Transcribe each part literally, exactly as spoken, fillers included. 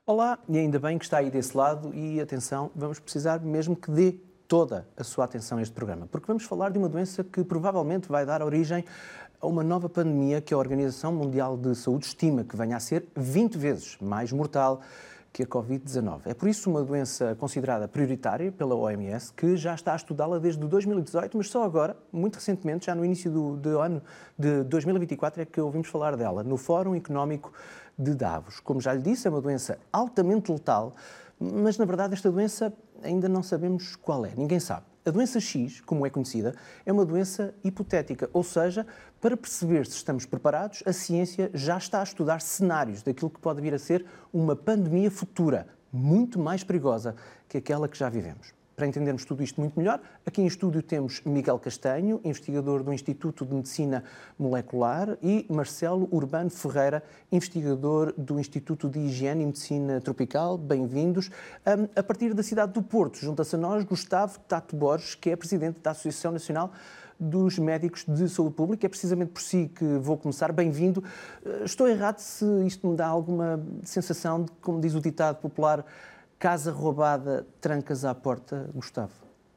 Olá, e ainda bem que está aí desse lado e, atenção, vamos precisar mesmo que dê toda a sua atenção a este programa, porque vamos falar de uma doença que provavelmente vai dar origem a uma nova pandemia que a Organização Mundial de Saúde estima que venha a ser vinte vezes mais mortal que a covid dezanove. É por isso uma doença considerada prioritária pela O M S, que já está a estudá-la desde dois mil e dezoito, mas só agora, muito recentemente, já no início do, do ano de dois mil e vinte e quatro, é que ouvimos falar dela, no Fórum Económico de Davos. Como já lhe disse, é uma doença altamente letal, mas na verdade esta doença ainda não sabemos qual é, ninguém sabe. A doença X, como é conhecida, é uma doença hipotética, ou seja, para perceber se estamos preparados, a ciência já está a estudar cenários daquilo que pode vir a ser uma pandemia futura, muito mais perigosa que aquela que já vivemos. Para entendermos tudo isto muito melhor, aqui em estúdio temos Miguel Castanho, investigador do Instituto de Medicina Molecular, e Marcelo Urbano Ferreira, investigador do Instituto de Higiene e Medicina Tropical. Bem-vindos. A partir da cidade do Porto, junta-se a nós Gustavo Tato Borges, que é presidente da Associação Nacional dos Médicos de Saúde Pública. É precisamente por si que vou começar. Bem-vindo. Estou errado se isto me dá alguma sensação de, como diz o ditado popular, casa roubada, trancas à porta, Gustavo?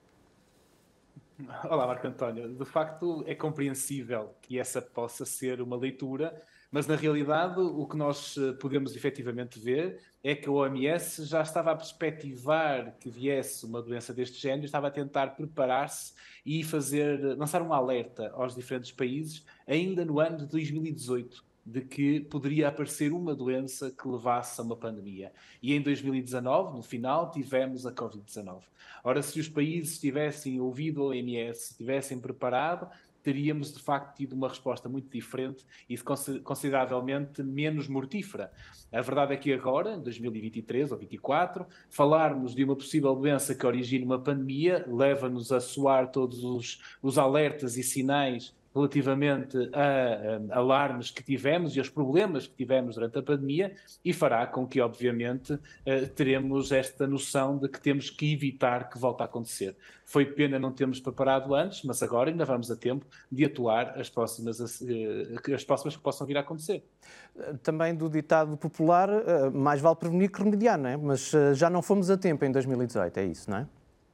Olá, Marco António. De facto, é compreensível que essa possa ser uma leitura, mas na realidade o que nós podemos efetivamente ver é que a O M S já estava a perspectivar que viesse uma doença deste género, estava a tentar preparar-se e fazer, lançar um alerta aos diferentes países ainda no ano de dois mil e dezoito. De que poderia aparecer uma doença que levasse a uma pandemia. E em dois mil e dezanove, no final, tivemos a covid dezanove. Ora, se os países tivessem ouvido a O M S, tivessem preparado, teríamos, de facto, tido uma resposta muito diferente e consideravelmente menos mortífera. A verdade é que agora, em dois mil e vinte e três ou dois mil e vinte e quatro, falarmos de uma possível doença que origine uma pandemia leva-nos a soar todos os, os alertas e sinais relativamente a, a alarmes que tivemos e aos problemas que tivemos durante a pandemia, e fará com que, obviamente, eh, teremos esta noção de que temos que evitar que volte a acontecer. Foi pena não termos preparado antes, mas agora ainda vamos a tempo de atuar as próximas, eh, as próximas que possam vir a acontecer. Também do ditado popular, eh, mais vale prevenir que remediar, não é? Mas eh, já não fomos a tempo em dois mil e dezoito, é isso, não é?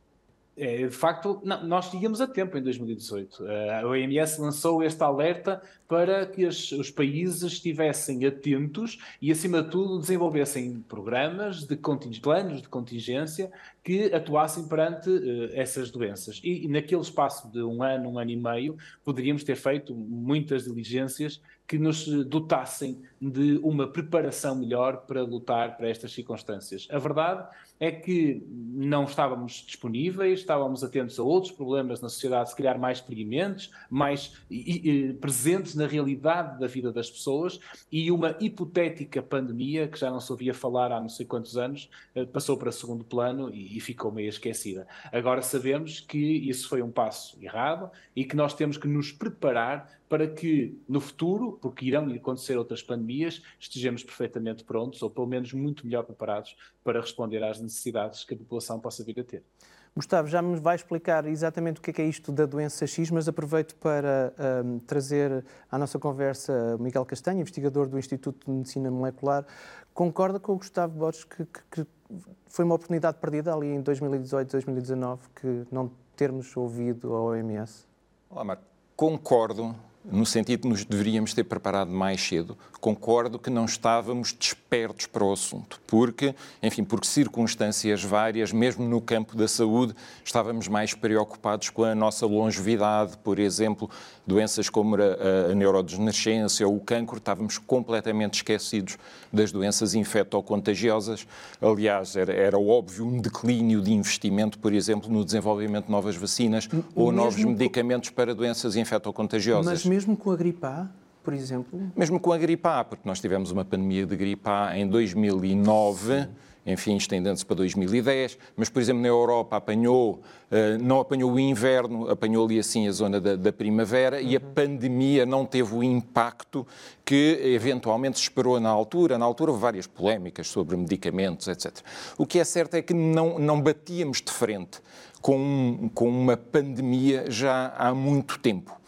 É, de facto, não, nós íamos a tempo em dois mil e dezoito. A O M S lançou este alerta para que as, os países estivessem atentos e, acima de tudo, desenvolvessem programas, de planos de contingência que atuassem perante uh, essas doenças. E, e naquele espaço de um ano, um ano e meio, poderíamos ter feito muitas diligências que nos dotassem de uma preparação melhor para lutar para estas circunstâncias. A verdade é que não estávamos disponíveis, estávamos atentos a outros problemas na sociedade, se calhar mais pregnantes, mais e, e, presentes na realidade da vida das pessoas, e uma hipotética pandemia, que já não se ouvia falar há não sei quantos anos, passou para segundo plano e, e ficou meio esquecida. Agora sabemos que isso foi um passo errado e que nós temos que nos preparar para que no futuro, porque irão acontecer outras pandemias, estejamos perfeitamente prontos, ou pelo menos muito melhor preparados para responder às necessidades que a população possa vir a ter. Gustavo, já me vai explicar exatamente o que é, que é isto da doença X, mas aproveito para um, trazer à nossa conversa o Miguel Castanho, investigador do Instituto de Medicina Molecular. Concorda com o Gustavo Borges que, que, que foi uma oportunidade perdida ali em dois mil e dezoito, dois mil e dezanove, que não termos ouvido a O M S? Olá, Marco. Concordo, no sentido de nos deveríamos ter preparado mais cedo. Concordo que não estávamos despertos para o assunto, porque, enfim, por circunstâncias várias, mesmo no campo da saúde, estávamos mais preocupados com a nossa longevidade, por exemplo, doenças como a, a neurodegenerescência ou o cancro, estávamos completamente esquecidos das doenças infectocontagiosas. Aliás, era, era óbvio um declínio de investimento, por exemplo, no desenvolvimento de novas vacinas M- ou novos medicamentos co... para doenças infectocontagiosas. Mas mesmo com a gripe A, por exemplo? Mesmo com a gripe A, porque nós tivemos uma pandemia de gripe A em dois mil e nove, enfim, estendendo-se para dois mil e dez, mas, por exemplo, na Europa apanhou, não apanhou o inverno, apanhou ali assim a zona da, da primavera, uhum. E a pandemia não teve o impacto que eventualmente se esperou na altura. Na altura houve várias polémicas sobre medicamentos, etcétera. O que é certo é que não, não batíamos de frente com, com uma pandemia já há muito tempo.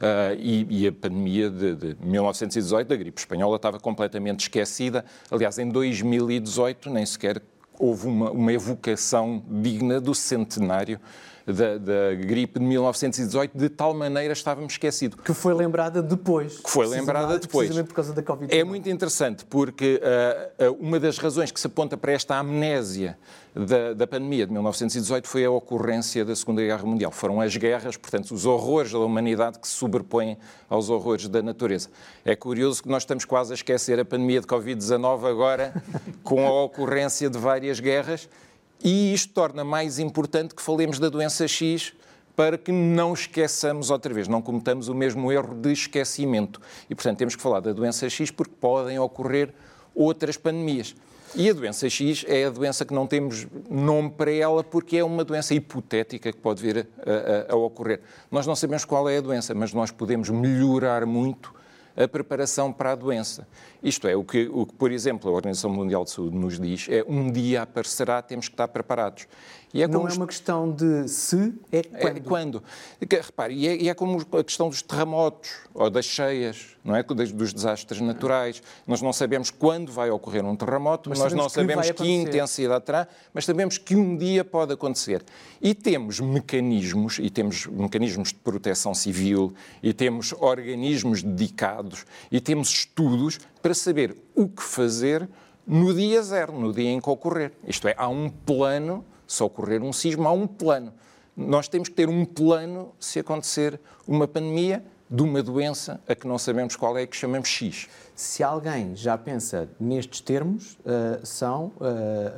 Uh, e, e a pandemia de, de mil novecentos e dezoito, da gripe espanhola, estava completamente esquecida. Aliás, em dois mil e dezoito nem sequer houve uma, uma evocação digna do centenário da, da gripe de mil novecentos e dezoito, de tal maneira estávamos esquecidos. Que foi lembrada depois. Que foi lembrada depois. Precisamente por causa da Covid. É muito interessante porque uh, uh, uma das razões que se aponta para esta amnésia da, da pandemia de mil novecentos e dezoito foi a ocorrência da Segunda Guerra Mundial. Foram as guerras, portanto, os horrores da humanidade que se sobrepõem aos horrores da natureza. É curioso que nós estamos quase a esquecer a pandemia de covid dezanove agora, com a ocorrência de várias guerras, e isto torna mais importante que falemos da doença X, para que não esqueçamos outra vez, não cometamos o mesmo erro de esquecimento. E, portanto, temos que falar da doença X porque podem ocorrer outras pandemias. E a doença X é a doença que não temos nome para ela porque é uma doença hipotética que pode vir a, a, a ocorrer. Nós não sabemos qual é a doença, mas nós podemos melhorar muito a preparação para a doença. Isto é, o que, o que, por exemplo, a Organização Mundial de Saúde nos diz é um dia aparecerá, temos que estar preparados. E é não como é uma questão de se, é quando. É quando. Repare, e é, e é como a questão dos terremotos ou das cheias, não é? Dos, dos desastres naturais. Nós não sabemos quando vai ocorrer um terremoto, mas nós sabemos não sabemos que, que intensidade terá, mas sabemos que um dia pode acontecer. E temos mecanismos, e temos mecanismos de proteção civil, e temos organismos dedicados, e temos estudos para saber o que fazer no dia zero, no dia em que ocorrer. Isto é, há um plano. Se ocorrer um sismo, há um plano. Nós temos que ter um plano se acontecer uma pandemia de uma doença a que não sabemos qual é, que chamamos X. Se alguém já pensa nestes termos, uh, são uh,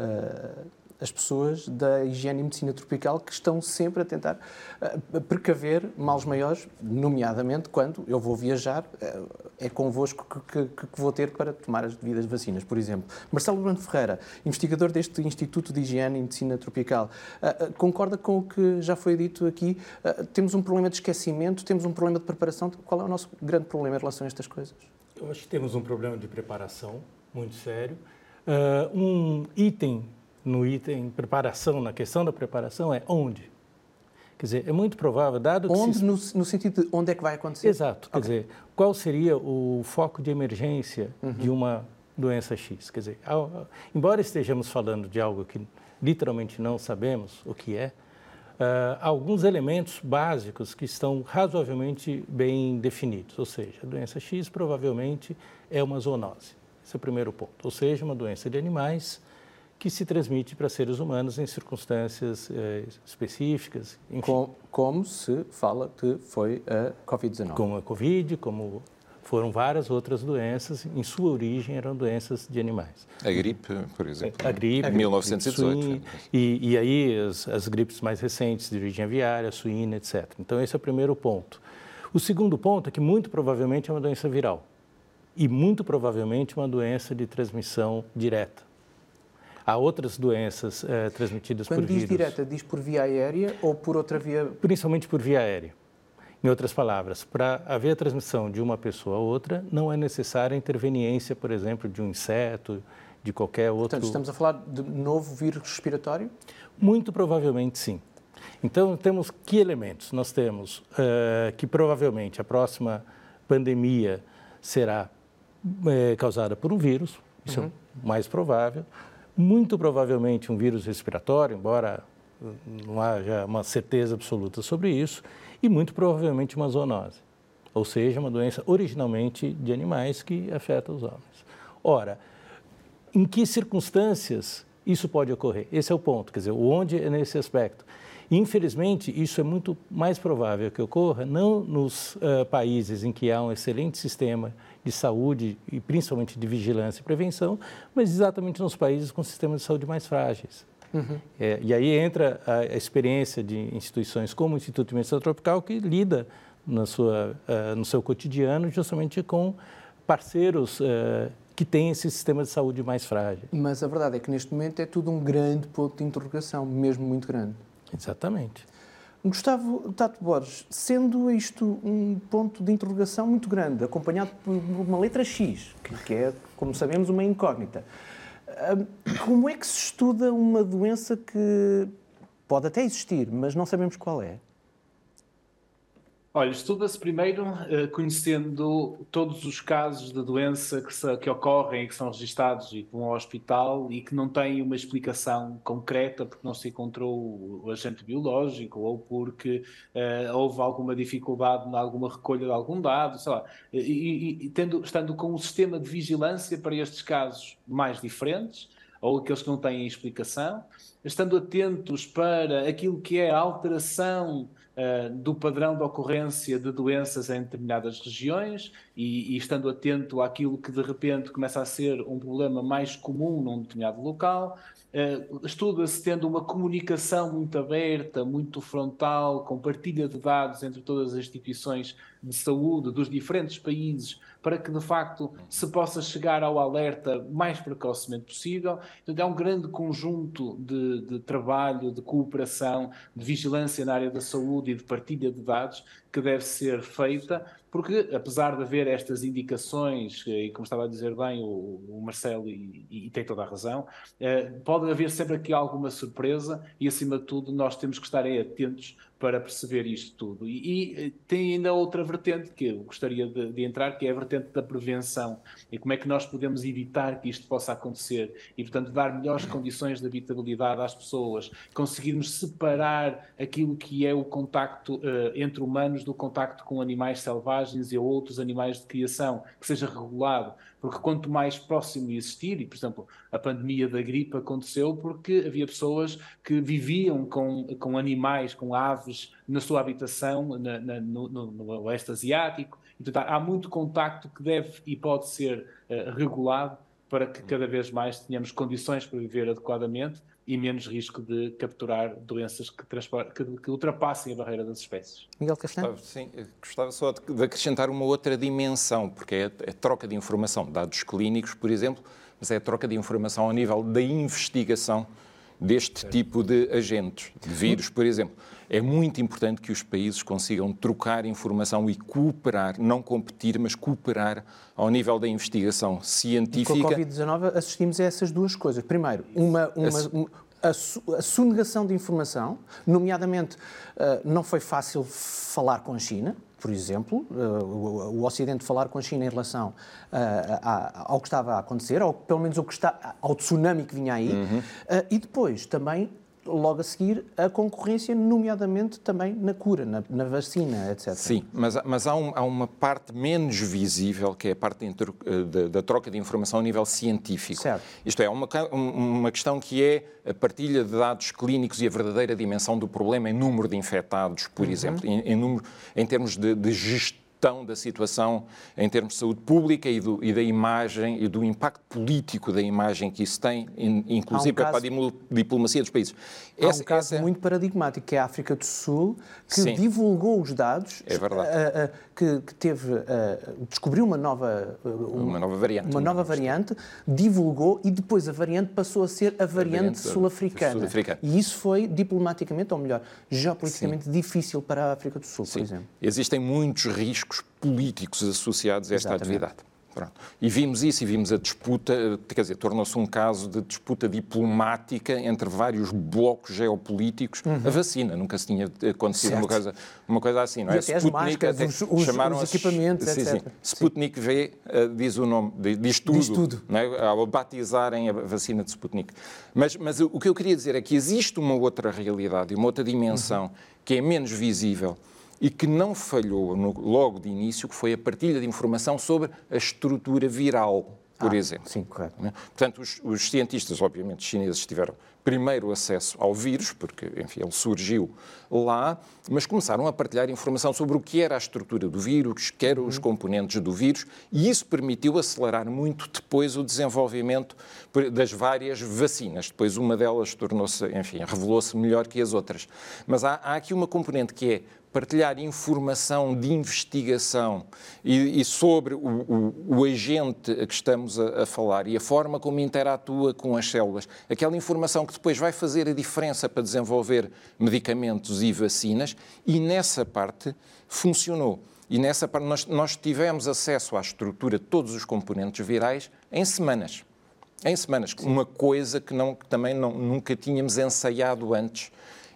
uh, as pessoas da higiene e medicina tropical que estão sempre a tentar uh, precaver males maiores, nomeadamente quando eu vou viajar, uh, é convosco que, que, que vou ter para tomar as devidas vacinas, por exemplo. Marcelo Brando Ferreira, investigador deste Instituto de Higiene e Medicina Tropical, uh, uh, concorda com o que já foi dito aqui? Uh, temos um problema de esquecimento, temos um problema de preparação. Qual é o nosso grande problema em relação a estas coisas? Eu acho que temos um problema de preparação muito sério. Uh, um item no item preparação, na questão da preparação, é onde. Quer dizer, é muito provável, dado que... Onde, se... no, no sentido de onde é que vai acontecer? Exato. Quer Okay. dizer, qual seria o foco de emergência uhum. de uma doença X? Quer dizer, ao, embora estejamos falando de algo que literalmente não sabemos o que é, uh, há alguns elementos básicos que estão razoavelmente bem definidos. Ou seja, a doença X provavelmente é uma zoonose. Esse é o primeiro ponto. Ou seja, uma doença de animais que se transmite para seres humanos em circunstâncias eh, específicas. Enfim. Com, como se fala que foi a covid dezanove. Como a Covid, como foram várias outras doenças, em sua origem eram doenças de animais. A gripe, por exemplo. A gripe. mil novecentos e dezoito. Suína, e, e aí as, as gripes mais recentes, de origem aviária, suína, etcétera. Então esse é o primeiro ponto. O segundo ponto é que muito provavelmente é uma doença viral. E muito provavelmente uma doença de transmissão direta. Há outras doenças eh, transmitidas Quando por vírus. Quando diz direta, diz por via aérea ou por outra via? Principalmente por via aérea. Em outras palavras, para haver a transmissão de uma pessoa a outra, não é necessária a interveniência, por exemplo, de um inseto, de qualquer outro... Portanto, estamos a falar de novo vírus respiratório? Muito provavelmente, sim. Então, temos que elementos? Nós temos uh, que provavelmente a próxima pandemia será uh, causada por um vírus, isso uhum. é o mais provável. Muito provavelmente um vírus respiratório, embora não haja uma certeza absoluta sobre isso, e muito provavelmente uma zoonose, ou seja, uma doença originalmente de animais que afeta os homens. Ora, em que circunstâncias isso pode ocorrer? Esse é o ponto, quer dizer, onde é nesse aspecto. E, infelizmente, isso é muito mais provável que ocorra não nos uh, países em que há um excelente sistema de saúde e principalmente de vigilância e prevenção, mas exatamente nos países com sistemas de saúde mais frágeis. Uhum. É, e aí entra a, a experiência de instituições como o Instituto de Medicina Tropical, que lida na sua, uh, no seu cotidiano justamente com parceiros uh, que têm esse sistema de saúde mais frágil. Mas a verdade é que neste momento é tudo um grande ponto de interrogação, mesmo muito grande. Exatamente. Gustavo Tato Borges, sendo isto um ponto de interrogação muito grande, acompanhado por uma letra X, que é, como sabemos, uma incógnita, como é que se estuda uma doença que pode até existir, mas não sabemos qual é? Olha, estuda-se primeiro uh, conhecendo todos os casos de doença que, se, que ocorrem e que são registados e que vão ao hospital e que não têm uma explicação concreta porque não se encontrou o agente biológico ou porque uh, houve alguma dificuldade em alguma recolha de algum dado, sei lá. E, e, e tendo, estando com um sistema de vigilância para estes casos mais diferentes, ou aqueles que não têm explicação, estando atentos para aquilo que é a alteração uh, do padrão de ocorrência de doenças em determinadas regiões e, e estando atento àquilo que de repente começa a ser um problema mais comum num determinado local. Uh, estuda-se tendo uma comunicação muito aberta, muito frontal, com partilha de dados entre todas as instituições de saúde dos diferentes países, para que de facto se possa chegar ao alerta mais precocemente possível. Então, é um grande conjunto de, de trabalho, de cooperação, de vigilância na área da saúde e de partilha de dados que deve ser feita, porque apesar de haver estas indicações, e como estava a dizer bem o, o Marcelo, e, e tem toda a razão, eh, pode haver sempre aqui alguma surpresa e, acima de tudo, nós temos que estar aí atentos para perceber isto tudo. E, e tem ainda outra vertente que eu gostaria de, de entrar, que é a vertente da prevenção e como é que nós podemos evitar que isto possa acontecer e, portanto, dar melhores condições de habitabilidade às pessoas, conseguirmos separar aquilo que é o contacto uh, entre humanos do contacto com animais selvagens e outros animais de criação, que seja regulado, porque quanto mais próximo existir, e, por exemplo, a pandemia da gripe aconteceu porque havia pessoas que viviam com, com animais, com aves, na sua habitação, na, na, no, no, no Oeste Asiático. Então, há muito contacto que deve e pode ser uh, regulado para que cada vez mais tenhamos condições para viver adequadamente e menos risco de capturar doenças que, que, que ultrapassem a barreira das espécies. Miguel Castanho? Gostava, sim, gostava só de, de acrescentar uma outra dimensão, porque é a, a troca de informação, dados clínicos, por exemplo, mas é a troca de informação ao nível da investigação deste certo. Tipo de agentes, de vírus, por exemplo. É muito importante que os países consigam trocar informação e cooperar, não competir, mas cooperar ao nível da investigação científica. E com a covid dezanove assistimos a essas duas coisas. Primeiro, uma, uma, uma, a, a sonegação de informação, nomeadamente uh, não foi fácil falar com a China, por exemplo, uh, o, o Ocidente falar com a China em relação uh, a, ao que estava a acontecer, ou pelo menos ao, que está, ao tsunami que vinha aí, uhum. uh, e depois também logo a seguir a concorrência, nomeadamente também na cura, na, na vacina, etcétera. Sim, mas, mas há, um, há uma parte menos visível, que é a parte inter, da, da troca de informação a nível científico. Certo. Isto é, uma, uma questão que é a partilha de dados clínicos e a verdadeira dimensão do problema em número de infectados, por uhum. exemplo, em, em, número, em termos de, de gestão da situação em termos de saúde pública e, do, e da imagem e do impacto político da imagem que isso tem, inclusive um caso, para a diplomacia dos países. Há essa, um caso essa... muito paradigmático, que é a África do Sul, que Sim. divulgou os dados, é verdade. Uh, uh, que, que teve, uh, descobriu uma nova, uh, uma, uma nova variante, uma nova variante, divulgou e depois a variante passou a ser a variante, a variante sul-africana. sul-africana. E isso foi diplomaticamente, ou melhor, geopoliticamente Sim. difícil para a África do Sul, Sim. por exemplo. Existem muitos riscos políticos associados a esta Exatamente. Atividade. Pronto. E vimos isso, e vimos a disputa, quer dizer, tornou-se um caso de disputa diplomática entre vários blocos geopolíticos. Uhum. A vacina, nunca se tinha acontecido uma coisa, uma coisa assim, não é? E até Sputnik, as máscaras, até, os, chamaram os equipamentos, sim, etcétera. Sim. Sputnik V uh, diz o nome, diz tudo, diz tudo. Não é? Ao batizarem a vacina de Sputnik. Mas, mas o que eu queria dizer é que existe uma outra realidade, uma outra dimensão uhum. que é menos visível, e que não falhou no, logo de início, que foi a partilha de informação sobre a estrutura viral, por ah, exemplo. Sim, correto. Portanto, os, os cientistas, obviamente, chineses tiveram primeiro acesso ao vírus, porque, enfim, ele surgiu lá, mas começaram a partilhar informação sobre o que era a estrutura do vírus, que eram os componentes do vírus, e isso permitiu acelerar muito depois o desenvolvimento das várias vacinas. Depois uma delas tornou-se, enfim, revelou-se melhor que as outras. Mas há, há aqui uma componente que é partilhar informação de investigação e, e sobre o, o, o agente a que estamos a, a falar e a forma como interatua com as células, aquela informação que depois vai fazer a diferença para desenvolver medicamentos e vacinas, e nessa parte funcionou. E nessa parte nós, nós tivemos acesso à estrutura de todos os componentes virais em semanas. Em semanas, Sim. uma coisa que, não, que também não, nunca tínhamos ensaiado antes.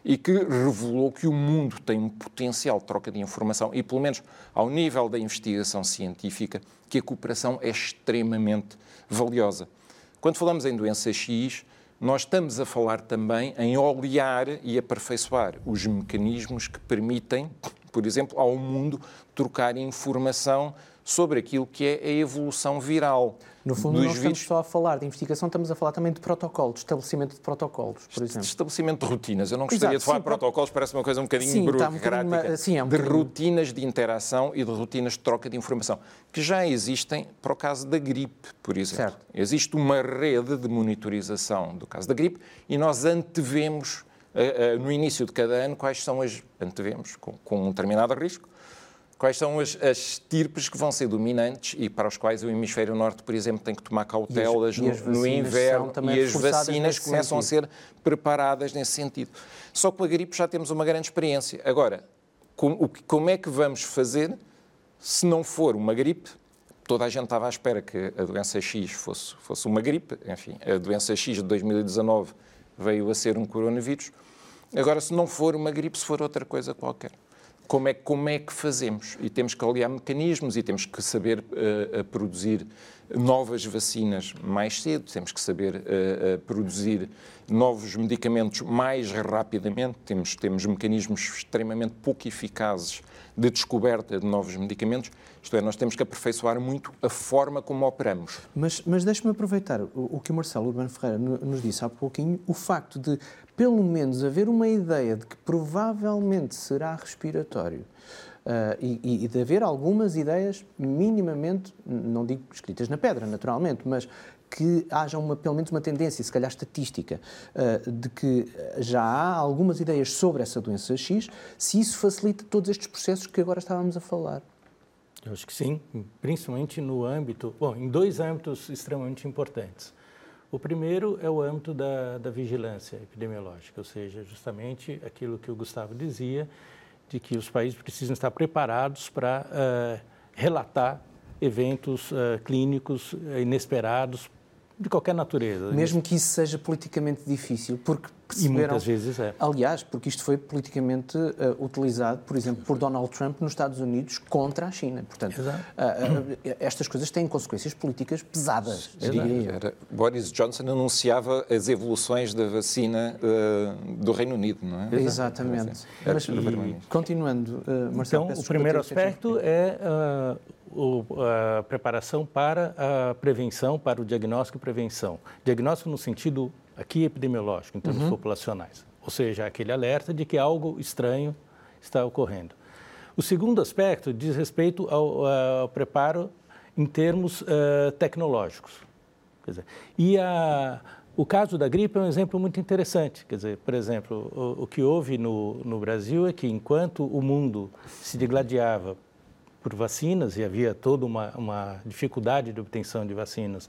e que revelou que o mundo tem um potencial de troca de informação e, pelo menos ao nível da investigação científica, que a cooperação é extremamente valiosa. Quando falamos em doença X, nós estamos a falar também em olhar e aperfeiçoar os mecanismos que permitem, por exemplo, ao mundo trocar informação sobre aquilo que é a evolução viral. No fundo, dos não estamos vírus. só a falar de investigação, estamos a falar também de protocolos, de estabelecimento de protocolos, por exemplo. Estabelecimento de rotinas. Eu não gostaria Exato, de falar sim, de protocolos, parece uma coisa um bocadinho sim, burocrática. está um bocadinho, sim, é um de bocadinho. rotinas de interação e de rotinas de troca de informação, que já existem para o caso da gripe, por exemplo. Certo. Existe uma rede de monitorização do caso da gripe e nós antevemos, uh, uh, no início de cada ano, quais são as... Antevemos, com, com um determinado risco, quais são as, as estirpes que vão ser dominantes e para os quais o hemisfério norte, por exemplo, tem que tomar cautelas e as, e as no, no inverno e e as vacinas começam sentido. a ser preparadas nesse sentido. Só que com a gripe já temos uma grande experiência. Agora, como, como é que vamos fazer se não for uma gripe? Toda a gente estava à espera que a doença X fosse, fosse uma gripe. Enfim, a doença X de dois mil e dezanove veio a ser um coronavírus. Agora, se não for uma gripe, se for outra coisa qualquer. Como é, como é que fazemos? E temos que aliar mecanismos e temos que saber uh, produzir novas vacinas mais cedo, temos que saber uh, uh, produzir novos medicamentos mais rapidamente, temos, temos mecanismos extremamente pouco eficazes de descoberta de novos medicamentos, isto é, nós temos que aperfeiçoar muito a forma como operamos. Mas, mas deixe-me aproveitar o, o que o Marcelo Urbano Ferreira nos disse há pouquinho, o facto de, pelo menos, haver uma ideia de que provavelmente será respiratório uh, e, e de haver algumas ideias minimamente, não digo escritas na pedra, naturalmente, mas que haja uma, pelo menos uma tendência, se calhar estatística, uh, de que já há algumas ideias sobre essa doença X, se isso facilita todos estes processos que agora estávamos a falar. Eu acho que sim, principalmente no âmbito, bom, em dois âmbitos extremamente importantes. O primeiro é o âmbito da, da vigilância epidemiológica, ou seja, justamente aquilo que o Gustavo dizia, de que os países precisam estar preparados para uh, relatar eventos uh, clínicos inesperados de qualquer natureza. Mesmo que isso seja politicamente difícil, porque perceberam... E muitas vezes é. Aliás, porque isto foi politicamente uh, utilizado, por exemplo, por Donald Trump nos Estados Unidos contra a China. Portanto, uh, uh, estas coisas têm consequências políticas pesadas. Era, Boris Johnson anunciava as evoluções da vacina uh, do Reino Unido, não é? Exatamente. Mas, e, continuando, uh, Marcelo, então, o primeiro aspecto é... Uh, O, a preparação para a prevenção, para o diagnóstico e prevenção. Diagnóstico no sentido aqui epidemiológico, em termos uhum. populacionais. Ou seja, aquele alerta de que algo estranho está ocorrendo. O segundo aspecto diz respeito ao, ao preparo em termos uh, tecnológicos. Quer dizer, e a, o caso da gripe é um exemplo muito interessante. Quer dizer, por exemplo, o, o que houve no, no Brasil é que enquanto o mundo se digladiava por vacinas, e havia toda uma, uma dificuldade de obtenção de vacinas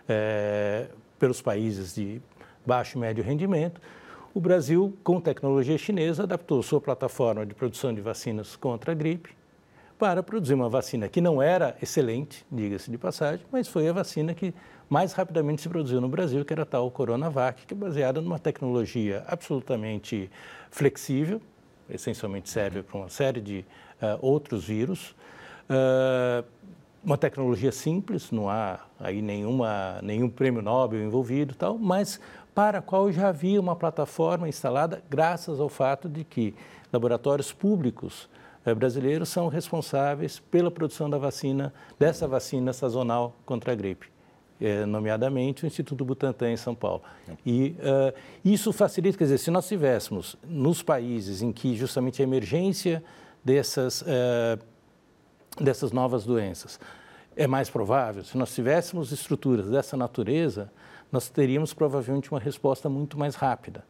é, pelos países de baixo e médio rendimento, o Brasil, com tecnologia chinesa, adaptou sua plataforma de produção de vacinas contra a gripe para produzir uma vacina que não era excelente, diga-se de passagem, mas foi a vacina que mais rapidamente se produziu no Brasil, que era a tal Coronavac, que é baseada numa tecnologia absolutamente flexível, essencialmente serve para uma série de uh, outros vírus, Uh, uma tecnologia simples, não há aí nenhuma, nenhum prêmio Nobel envolvido, tal, mas para a qual já havia uma plataforma instalada graças ao fato de que laboratórios públicos uh, brasileiros são responsáveis pela produção da vacina, dessa vacina sazonal contra a gripe, eh, nomeadamente o Instituto Butantan em São Paulo. E uh, isso facilita, quer dizer, se nós tivéssemos nos países em que justamente a emergência dessas uh, dessas novas doenças. É mais provável, se nós tivéssemos estruturas dessa natureza, nós teríamos provavelmente uma resposta muito mais rápida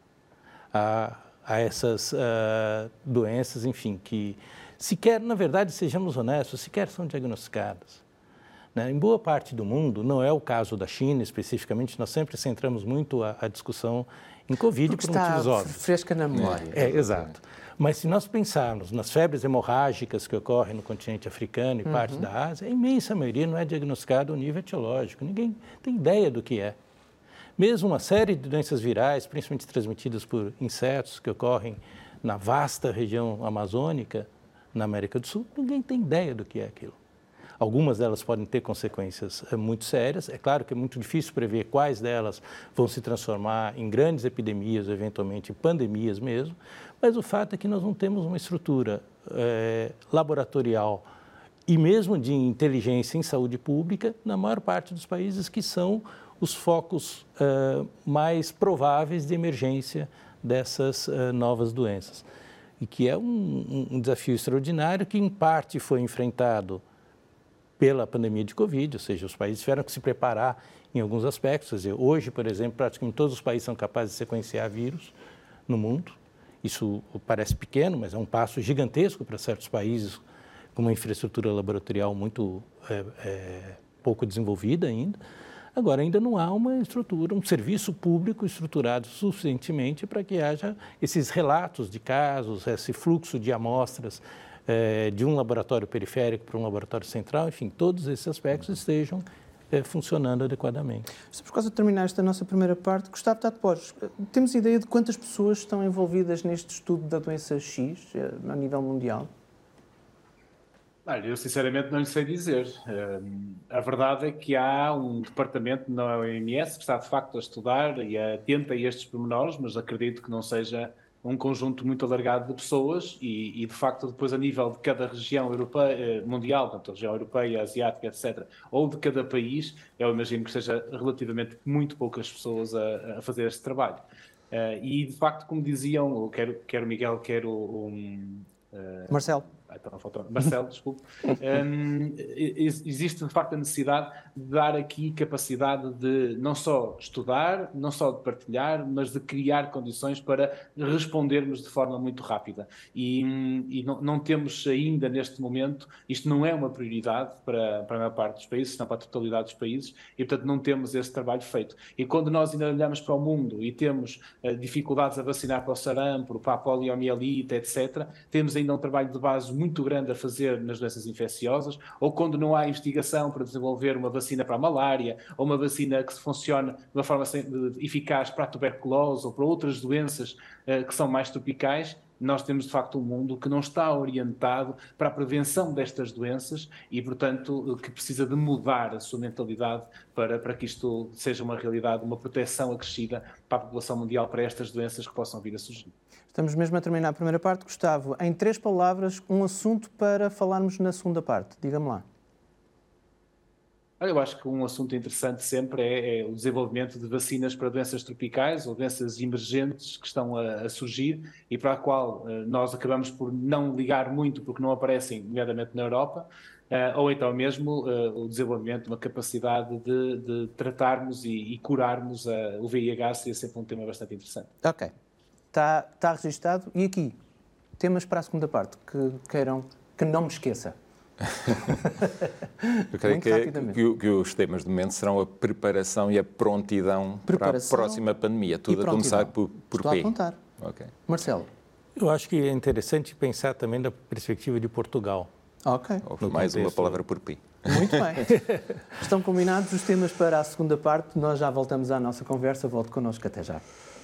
a, a essas uh, doenças, enfim, que sequer, na verdade, sejamos honestos, sequer são diagnosticadas. Né? Em boa parte do mundo, não é o caso da China especificamente, nós sempre centramos muito a, a discussão em Covid Porque por motivos óbvios. Está fresca na memória. É, é, exato. Mas se nós pensarmos nas febres hemorrágicas que ocorrem no continente africano e uhum. parte da Ásia, a imensa maioria não é diagnosticada ao nível etiológico. Ninguém tem ideia do que é. Mesmo uma série de doenças virais, principalmente transmitidas por insetos, que ocorrem na vasta região amazônica, na América do Sul, ninguém tem ideia do que é aquilo. Algumas delas podem ter consequências muito sérias. É claro que é muito difícil prever quais delas vão se transformar em grandes epidemias, ou eventualmente pandemias mesmo, mas o fato é que nós não temos uma estrutura é, laboratorial e mesmo de inteligência em saúde pública na maior parte dos países que são os focos é, mais prováveis de emergência dessas é, novas doenças. E que é um, um desafio extraordinário que, em parte, foi enfrentado pela pandemia de Covid, ou seja, os países tiveram que se preparar em alguns aspectos. Quer dizer, hoje, por exemplo, praticamente todos os países são capazes de sequenciar vírus no mundo. Isso parece pequeno, mas é um passo gigantesco para certos países com uma infraestrutura laboratorial muito é, é, pouco desenvolvida ainda. Agora, ainda não há uma estrutura, um serviço público estruturado suficientemente para que haja esses relatos de casos, esse fluxo de amostras, É, de um laboratório periférico para um laboratório central, enfim, todos esses aspectos estejam é, funcionando adequadamente. Por causa de terminar esta nossa primeira parte, Gustavo Tato Borges, temos ideia de quantas pessoas estão envolvidas neste estudo da doença X a nível mundial? Olha, eu sinceramente não lhe sei dizer. Um, a verdade é que há um departamento na O M S que está de facto a estudar e atenta a estes pormenores, mas acredito que não seja um conjunto muito alargado de pessoas e, e, de facto, depois a nível de cada região europeia, mundial, portanto, a região europeia, asiática, etcétera, ou de cada país, eu imagino que seja relativamente muito poucas pessoas a, a fazer este trabalho. Uh, e, de facto, como diziam, quer, quer o Miguel, quer o... Um, uh, Marcelo. Então, faltou. Marcelo, desculpe. Um, existe, de facto, a necessidade de dar aqui capacidade de não só estudar, não só de partilhar, mas de criar condições para respondermos de forma muito rápida. E, e não, não temos ainda, neste momento, isto não é uma prioridade para, para a maior parte dos países, senão para a totalidade dos países, e, portanto, não temos esse trabalho feito. E quando nós ainda olhamos para o mundo e temos uh, dificuldades a vacinar para o sarampo, para a poliomielite, etcétera, temos ainda um trabalho de base muito grande a fazer nas doenças infecciosas, ou quando não há investigação para desenvolver uma vacina para a malária, ou uma vacina que funcione de uma forma eficaz para a tuberculose ou para outras doenças uh, que são mais tropicais, nós temos de facto um mundo que não está orientado para a prevenção destas doenças e, portanto, que precisa de mudar a sua mentalidade para, para que isto seja uma realidade, uma proteção acrescida para a população mundial para estas doenças que possam vir a surgir. Estamos mesmo a terminar a primeira parte. Gustavo, em três palavras, um assunto para falarmos na segunda parte. Diga-me lá. Eu acho que um assunto interessante sempre é, é o desenvolvimento de vacinas para doenças tropicais ou doenças emergentes que estão a, a surgir e para a qual uh, nós acabamos por não ligar muito porque não aparecem, nomeadamente na Europa, uh, ou então mesmo uh, o desenvolvimento de uma capacidade de, de tratarmos e, e curarmos uh, o V I H, seria sempre um tema bastante interessante. Ok. Está, está registado. E aqui, temas para a segunda parte que queiram que não me esqueça. Eu creio que, que, que os temas de momento serão a preparação e a prontidão preparação para a próxima pandemia. Tudo a começar por, por Estou P. a apontar. Okay. Marcelo. Eu acho que é interessante pensar também da perspectiva de Portugal. Ok. Houve mais contexto. Uma palavra por P. Muito bem. Estão combinados os temas para a segunda parte. Nós já voltamos à nossa conversa. Volte connosco. Até já.